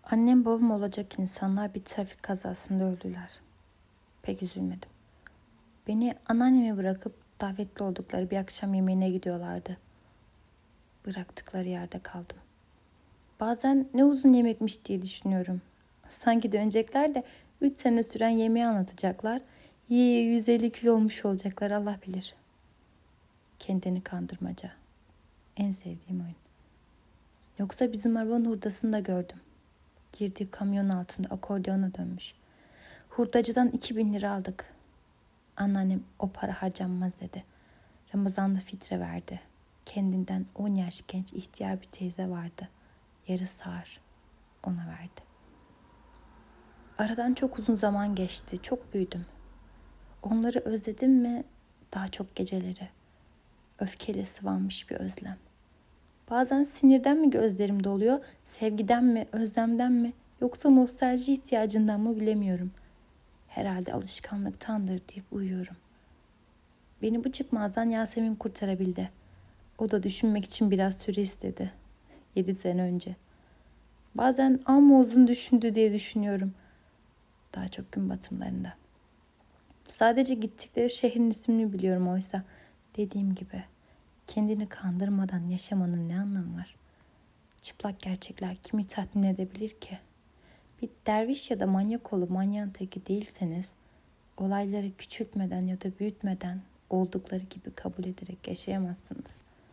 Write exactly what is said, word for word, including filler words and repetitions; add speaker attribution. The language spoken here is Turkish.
Speaker 1: Annem babam olacak insanlar bir trafik kazasında öldüler. Pek üzülmedim. Beni anneanneme bırakıp davetli oldukları bir akşam yemeğine gidiyorlardı. Bıraktıkları yerde kaldım. Bazen ne uzun yemekmiş diye düşünüyorum. Sanki dönecekler de üç sene süren yemeği anlatacaklar. Yiye yüz elli kilo olmuş olacaklar, Allah bilir. Kendini kandırmaca. En sevdiğim oyun. Yoksa bizim arabanın hurdasını da gördüm. Girdiği kamyon altında akordeona dönmüş. Hurdacıdan iki bin lira aldık. Anneannem o para harcanmaz dedi. Ramazan'da fitre verdi. Kendinden on yaş genç ihtiyar bir teyze vardı. Yarı sağır. Ona verdi. Aradan çok uzun zaman geçti. Çok büyüdüm. Onları özledim mi? Daha çok geceleri. Öfkeyle sıvanmış bir özlem. Bazen sinirden mi gözlerim doluyor, sevgiden mi, özlemden mi, yoksa nostalji ihtiyacından mı bilemiyorum. Herhalde alışkanlıktandır deyip uyuyorum. Beni bu çıkmazdan Yasemin kurtarabildi. O da düşünmek için biraz süre istedi. Yedi sene önce. Bazen amma uzun düşündü diye düşünüyorum. Daha çok gün batımlarında. Sadece gittikleri şehrin ismini biliyorum oysa. Dediğim gibi kendini kandırmadan yaşamanın ne anlamı var? Çıplak gerçekler kimi tatmin edebilir ki? Bir derviş ya da manyak olup manyağın teki değilseniz, olayları küçültmeden ya da büyütmeden oldukları gibi kabul ederek yaşayamazsınız.